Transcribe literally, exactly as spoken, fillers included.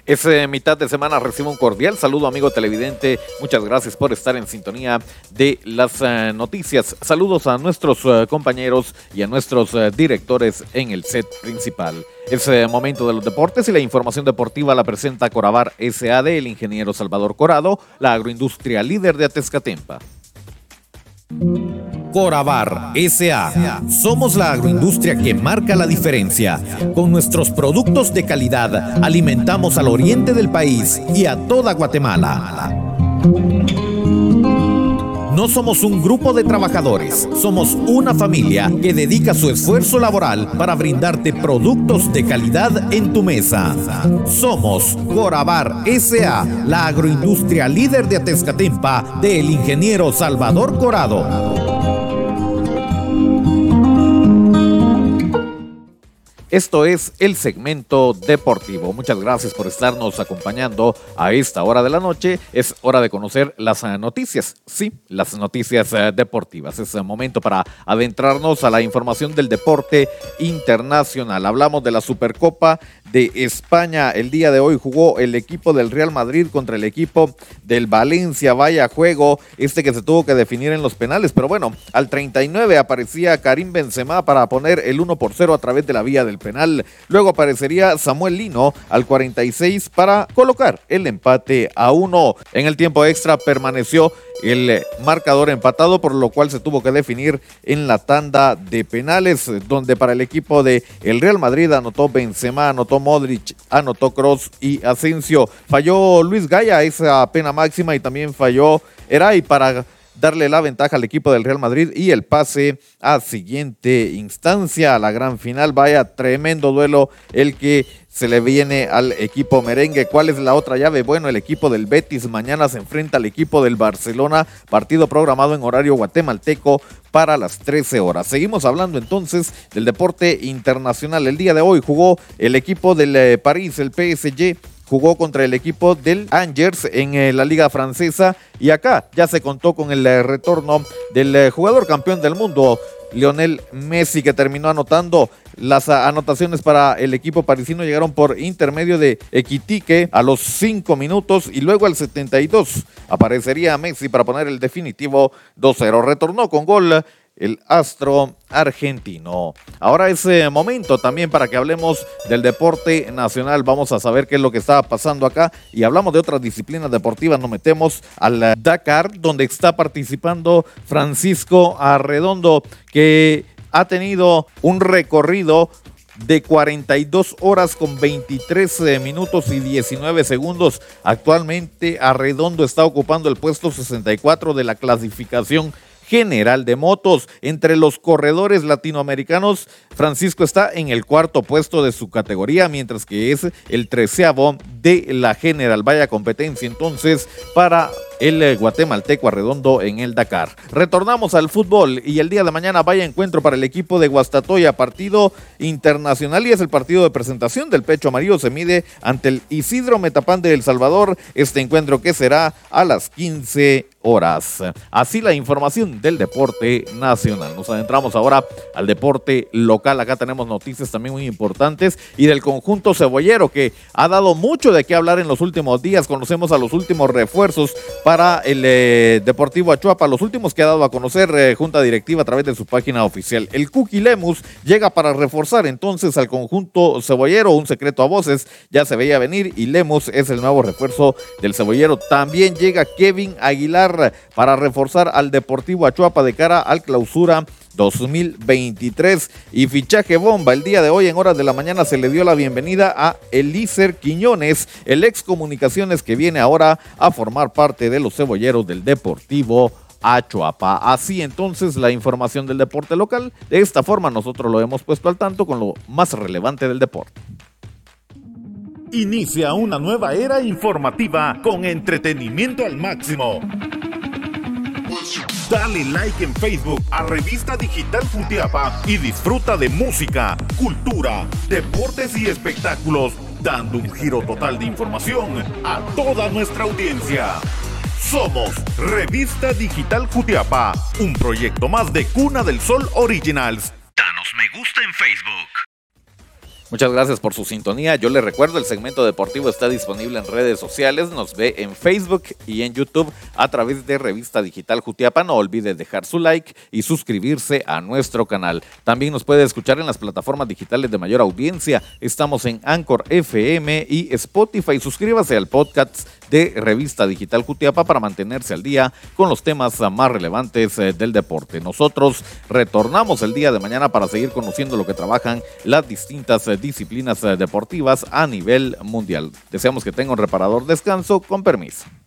Es eh, mitad de semana, recibo un cordial saludo, amigo televidente. Muchas gracias por estar en sintonía de las uh, noticias. Saludos a nuestros uh, compañeros y a nuestros uh, directores en el set principal. Es eh, momento de los deportes y la información deportiva la presenta Corabar S A del ingeniero Salvador Corado, la agroindustria líder de Atezcatempa. Corabar S A. Somos la agroindustria que marca la diferencia. Con nuestros productos de calidad, alimentamos al oriente del país y a toda Guatemala. No somos un grupo de trabajadores, somos una familia que dedica su esfuerzo laboral para brindarte productos de calidad en tu mesa. Somos Corabar S A, la agroindustria líder de Atezcatempa del ingeniero Salvador Corado. Esto es el segmento deportivo. Muchas gracias por estarnos acompañando a esta hora de la noche. Es hora de conocer las uh, noticias. Sí, las noticias uh, deportivas. Es uh, momento para adentrarnos a la información del deporte internacional. Hablamos de la Supercopa de España. El día de hoy jugó el equipo del Real Madrid contra el equipo del Valencia. Vaya juego este que se tuvo que definir en los penales. Pero bueno, al treinta y nueve aparecía Karim Benzema para poner el uno por cero a través de la vía del penal. Luego aparecería Samuel Lino al cuarenta y seis para colocar el empate a uno. En el tiempo extra permaneció el marcador empatado, por lo cual se tuvo que definir en la tanda de penales, donde para el equipo de el Real Madrid anotó Benzema, anotó Modric, anotó Kroos y Asensio. Falló Luis Gaya esa pena máxima y también falló Eray para darle la ventaja al equipo del Real Madrid y el pase a siguiente instancia, a la gran final. Vaya tremendo duelo el que se le viene al equipo merengue. ¿Cuál es la otra llave? Bueno, el equipo del Betis mañana se enfrenta al equipo del Barcelona, partido programado en horario guatemalteco para las trece horas. Seguimos hablando entonces del deporte internacional. El día de hoy jugó el equipo del eh, París, el P S G, jugó contra el equipo del Angers en eh, la liga francesa y acá ya se contó con el eh, retorno del eh, jugador campeón del mundo, Lionel Messi, que terminó anotando. Las anotaciones para el equipo parisino llegaron por intermedio de Equitique a los cinco minutos y luego al setenta y dos aparecería Messi para poner el definitivo dos cero. Retornó con gol el astro argentino. Ahora es eh, momento también para que hablemos del deporte nacional. Vamos a saber qué es lo que está pasando acá y hablamos de otras disciplinas deportivas. Nos metemos al Dakar, donde está participando Francisco Arredondo, que ha tenido un recorrido de cuarenta y dos horas con veintitrés eh, minutos y diecinueve segundos. Actualmente Arredondo está ocupando el puesto sesenta y cuatro de la clasificación general de motos. Entre los corredores latinoamericanos, Francisco está en el cuarto puesto de su categoría, mientras que es el treceavo de la general. Vaya competencia entonces para el guatemalteco Arredondo en el Dakar. Retornamos al fútbol y el día de mañana vaya encuentro para el equipo de Guastatoya, partido internacional y es el partido de presentación del Pecho Amarillo. Se mide ante el Isidro Metapán de El Salvador, este encuentro que será a las quince horas. Así la información del deporte nacional. Nos adentramos ahora al deporte local. Acá tenemos noticias también muy importantes y del conjunto cebollero, que ha dado mucho de qué hablar en los últimos días. Conocemos a los últimos refuerzos para el eh, Deportivo Achuapa, los últimos que ha dado a conocer eh, Junta Directiva a través de su página oficial. El Cookie Lemus llega para reforzar entonces al conjunto cebollero, un secreto a voces, ya se veía venir y Lemus es el nuevo refuerzo del cebollero. También llega Kevin Aguilar para reforzar al Deportivo Achuapa de cara al clausura dos mil veintitrés y fichaje bomba. El día de hoy en horas de la mañana se le dio la bienvenida a Elícer Quiñones, el ex Comunicaciones, que viene ahora a formar parte de los cebolleros del Deportivo Achuapa. Así entonces la información del deporte local. De esta forma nosotros lo hemos puesto al tanto con lo más relevante del deporte. Inicia una nueva era informativa con entretenimiento al máximo. Dale like en Facebook a Revista Digital Jutiapa y disfruta de música, cultura, deportes y espectáculos, dando un giro total de información a toda nuestra audiencia. Somos Revista Digital Jutiapa, un proyecto más de Cuna del Sol Originals. Danos me gusta en Facebook. Muchas gracias por su sintonía. Yo les recuerdo, el segmento deportivo está disponible en redes sociales. Nos ve en Facebook y en YouTube a través de Revista Digital Jutiapa. No olvide dejar su like y suscribirse a nuestro canal. También nos puede escuchar en las plataformas digitales de mayor audiencia. Estamos en Anchor F M y Spotify. Suscríbase al podcast de Revista Digital Jutiapa para mantenerse al día con los temas más relevantes del deporte. Nosotros retornamos el día de mañana para seguir conociendo lo que trabajan las distintas disciplinas deportivas a nivel mundial. Deseamos que tenga un reparador descanso. Con permiso.